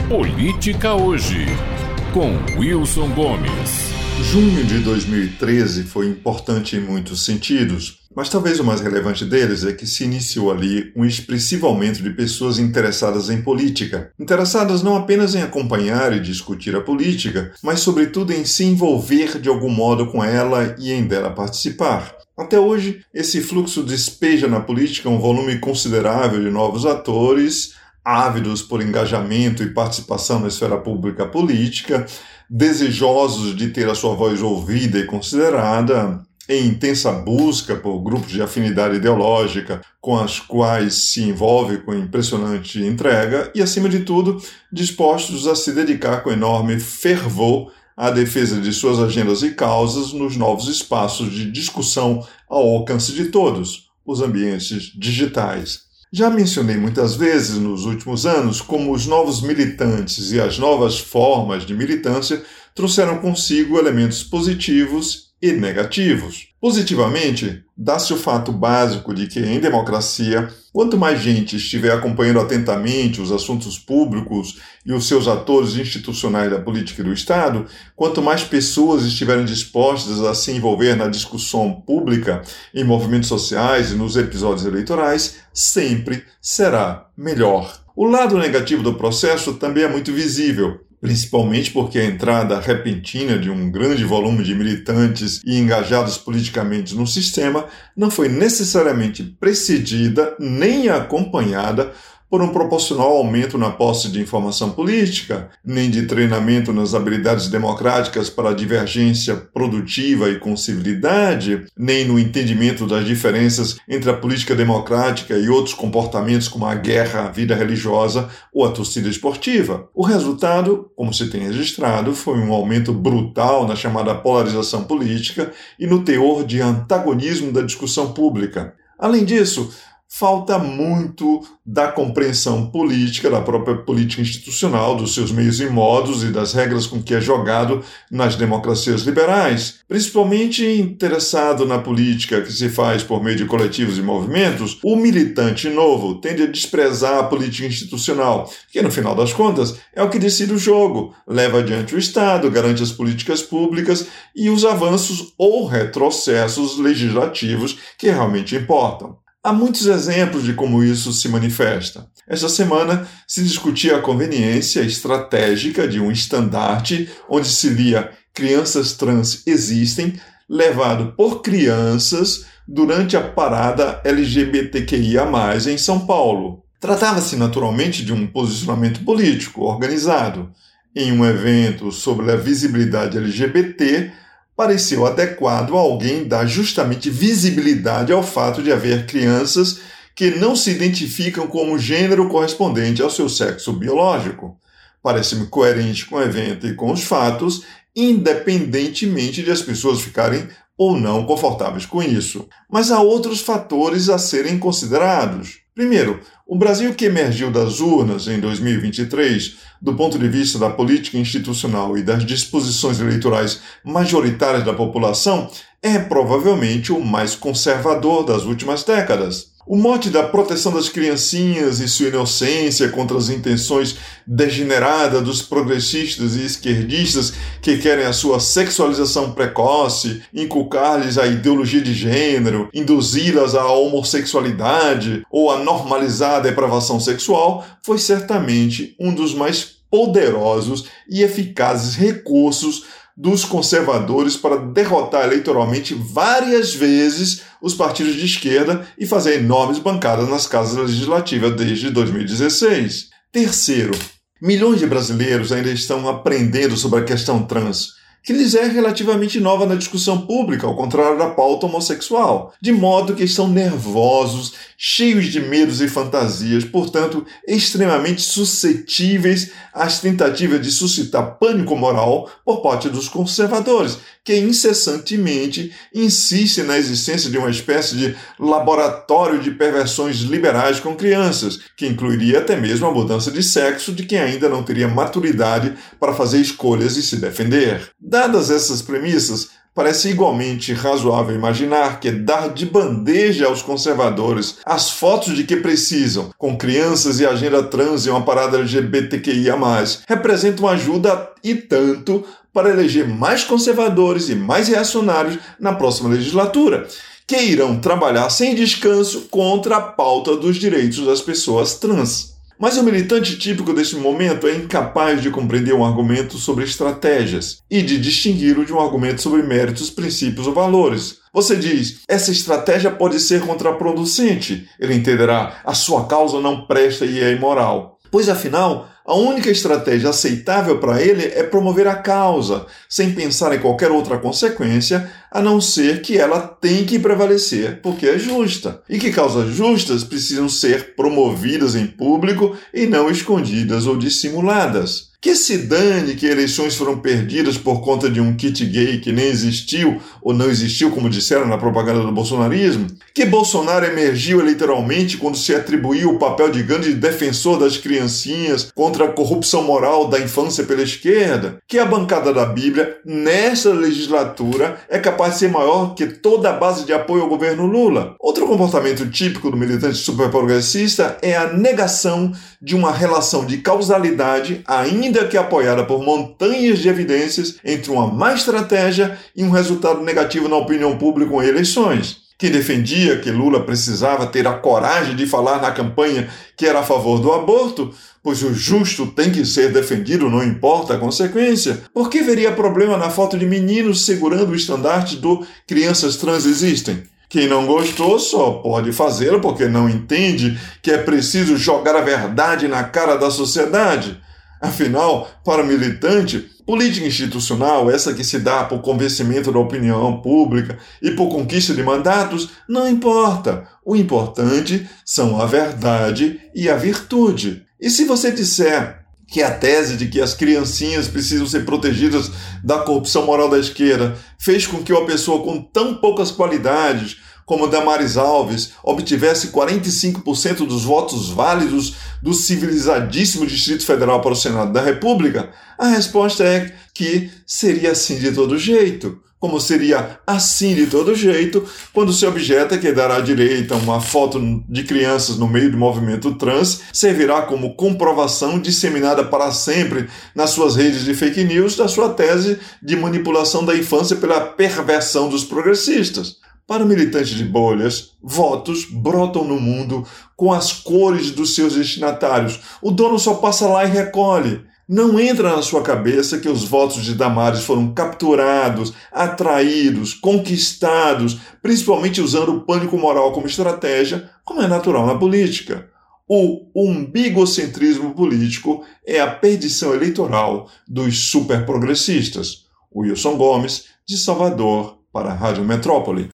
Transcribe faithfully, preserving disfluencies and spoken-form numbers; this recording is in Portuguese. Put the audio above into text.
Política Hoje, com Wilson Gomes. Junho de dois mil e treze foi importante em muitos sentidos, mas talvez o mais relevante deles é que se iniciou ali um expressivo aumento de pessoas interessadas em política. Interessadas não apenas em acompanhar e discutir a política, mas sobretudo em se envolver de algum modo com ela e em dela participar. Até hoje, esse fluxo despeja na política um volume considerável de novos atores, ávidos por engajamento e participação na esfera pública política, desejosos de ter a sua voz ouvida e considerada, em intensa busca por grupos de afinidade ideológica com as quais se envolve com impressionante entrega e, acima de tudo, dispostos a se dedicar com enorme fervor à defesa de suas agendas e causas nos novos espaços de discussão ao alcance de todos, os ambientes digitais. Já mencionei muitas vezes nos últimos anos como os novos militantes e as novas formas de militância trouxeram consigo elementos positivos e negativos. Positivamente, dá-se o fato básico de que, em democracia, quanto mais gente estiver acompanhando atentamente os assuntos públicos e os seus atores institucionais da política e do Estado, quanto mais pessoas estiverem dispostas a se envolver na discussão pública, em movimentos sociais e nos episódios eleitorais, sempre será melhor. O lado negativo do processo também é muito visível, principalmente porque a entrada repentina de um grande volume de militantes e engajados politicamente no sistema não foi necessariamente precedida nem acompanhada por um proporcional aumento na posse de informação política, nem de treinamento nas habilidades democráticas para a divergência produtiva e com civilidade, nem no entendimento das diferenças entre a política democrática e outros comportamentos como a guerra, a vida religiosa ou a torcida esportiva. O resultado, como se tem registrado, foi um aumento brutal na chamada polarização política e no teor de antagonismo da discussão pública. Além disso, falta muito da compreensão política, da própria política institucional, dos seus meios e modos e das regras com que é jogado nas democracias liberais. Principalmente interessado na política que se faz por meio de coletivos e movimentos, o militante novo tende a desprezar a política institucional, que no final das contas é o que decide o jogo, leva adiante o Estado, garante as políticas públicas e os avanços ou retrocessos legislativos que realmente importam. Há muitos exemplos de como isso se manifesta. Esta semana se discutia a conveniência estratégica de um estandarte onde se lia "Crianças trans existem", levado por crianças durante a parada L G B T Q I A mais, em São Paulo. Tratava-se naturalmente de um posicionamento político organizado. Em um evento sobre a visibilidade L G B T, pareceu adequado a alguém dar justamente visibilidade ao fato de haver crianças que não se identificam como gênero correspondente ao seu sexo biológico. Parece-me coerente com o evento e com os fatos, independentemente de as pessoas ficarem ou não confortáveis com isso. Mas há outros fatores a serem considerados. Primeiro, o Brasil que emergiu das urnas em dois mil e vinte e três, do ponto de vista da política institucional e das disposições eleitorais majoritárias da população, é provavelmente o mais conservador das últimas décadas. O mote da proteção das criancinhas e sua inocência contra as intenções degeneradas dos progressistas e esquerdistas que querem a sua sexualização precoce, inculcar-lhes a ideologia de gênero, induzi-las à homossexualidade ou a normalizar a depravação sexual, foi certamente um dos mais poderosos e eficazes recursos dos conservadores para derrotar eleitoralmente várias vezes os partidos de esquerda e fazer enormes bancadas nas casas legislativas desde dois mil e dezesseis. Terceiro, milhões de brasileiros ainda estão aprendendo sobre a questão trans, que lhes é relativamente nova na discussão pública, ao contrário da pauta homossexual, de modo que estão nervosos, cheios de medos e fantasias, portanto, extremamente suscetíveis às tentativas de suscitar pânico moral por parte dos conservadores, que incessantemente insistem na existência de uma espécie de laboratório de perversões liberais com crianças, que incluiria até mesmo a mudança de sexo de quem ainda não teria maturidade para fazer escolhas e se defender. Dadas essas premissas, parece igualmente razoável imaginar que dar de bandeja aos conservadores as fotos de que precisam, com crianças e agenda trans e uma parada L G B T Q I A mais, representa uma ajuda e tanto para eleger mais conservadores e mais reacionários na próxima legislatura, que irão trabalhar sem descanso contra a pauta dos direitos das pessoas trans. Mas o militante típico deste momento é incapaz de compreender um argumento sobre estratégias e de distingui-lo de um argumento sobre méritos, princípios ou valores. Você diz, essa estratégia pode ser contraproducente. Ele entenderá, a sua causa não presta e é imoral. Pois afinal, a única estratégia aceitável para ele é promover a causa, sem pensar em qualquer outra consequência, a não ser que ela tem que prevalecer, porque é justa. E que causas justas precisam ser promovidas em público e não escondidas ou dissimuladas. Que se dane que eleições foram perdidas por conta de um kit gay que nem existiu ou não existiu, como disseram na propaganda do bolsonarismo. Que Bolsonaro emergiu eleitoralmente quando se atribuiu o papel de grande defensor das criancinhas contra a corrupção moral da infância pela esquerda. Que a bancada da Bíblia, nesta legislatura, é capaz de ser maior que toda a base de apoio ao governo Lula. Outro comportamento típico do militante superprogressista é a negação de uma relação de causalidade, ainda que apoiada por montanhas de evidências, entre uma má estratégia e um resultado negativo na opinião pública em eleições. Que defendia que Lula precisava ter a coragem de falar na campanha que era a favor do aborto, pois o justo tem que ser defendido, não importa a consequência, por que veria problema na foto de meninos segurando o estandarte do Crianças Trans Existem? Quem não gostou só pode fazê-lo porque não entende que é preciso jogar a verdade na cara da sociedade. Afinal, para o militante, política institucional, essa que se dá por convencimento da opinião pública e por conquista de mandatos, não importa. O importante são a verdade e a virtude. E se você disser que a tese de que as criancinhas precisam ser protegidas da corrupção moral da esquerda fez com que uma pessoa com tão poucas qualidades como Damares Alves obtivesse quarenta e cinco por cento dos votos válidos do civilizadíssimo Distrito Federal para o Senado da República, a resposta é que seria assim de todo jeito. Como seria assim de todo jeito quando se objeta que dar à direita uma foto de crianças no meio do movimento trans servirá como comprovação disseminada para sempre nas suas redes de fake news da sua tese de manipulação da infância pela perversão dos progressistas. Para o militante de bolhas, votos brotam no mundo com as cores dos seus destinatários. O dono só passa lá e recolhe. Não entra na sua cabeça que os votos de Damares foram capturados, atraídos, conquistados, principalmente usando o pânico moral como estratégia, como é natural na política. O umbigocentrismo político é a perdição eleitoral dos superprogressistas. Wilson Gomes, de Salvador, para a Rádio Metrópole.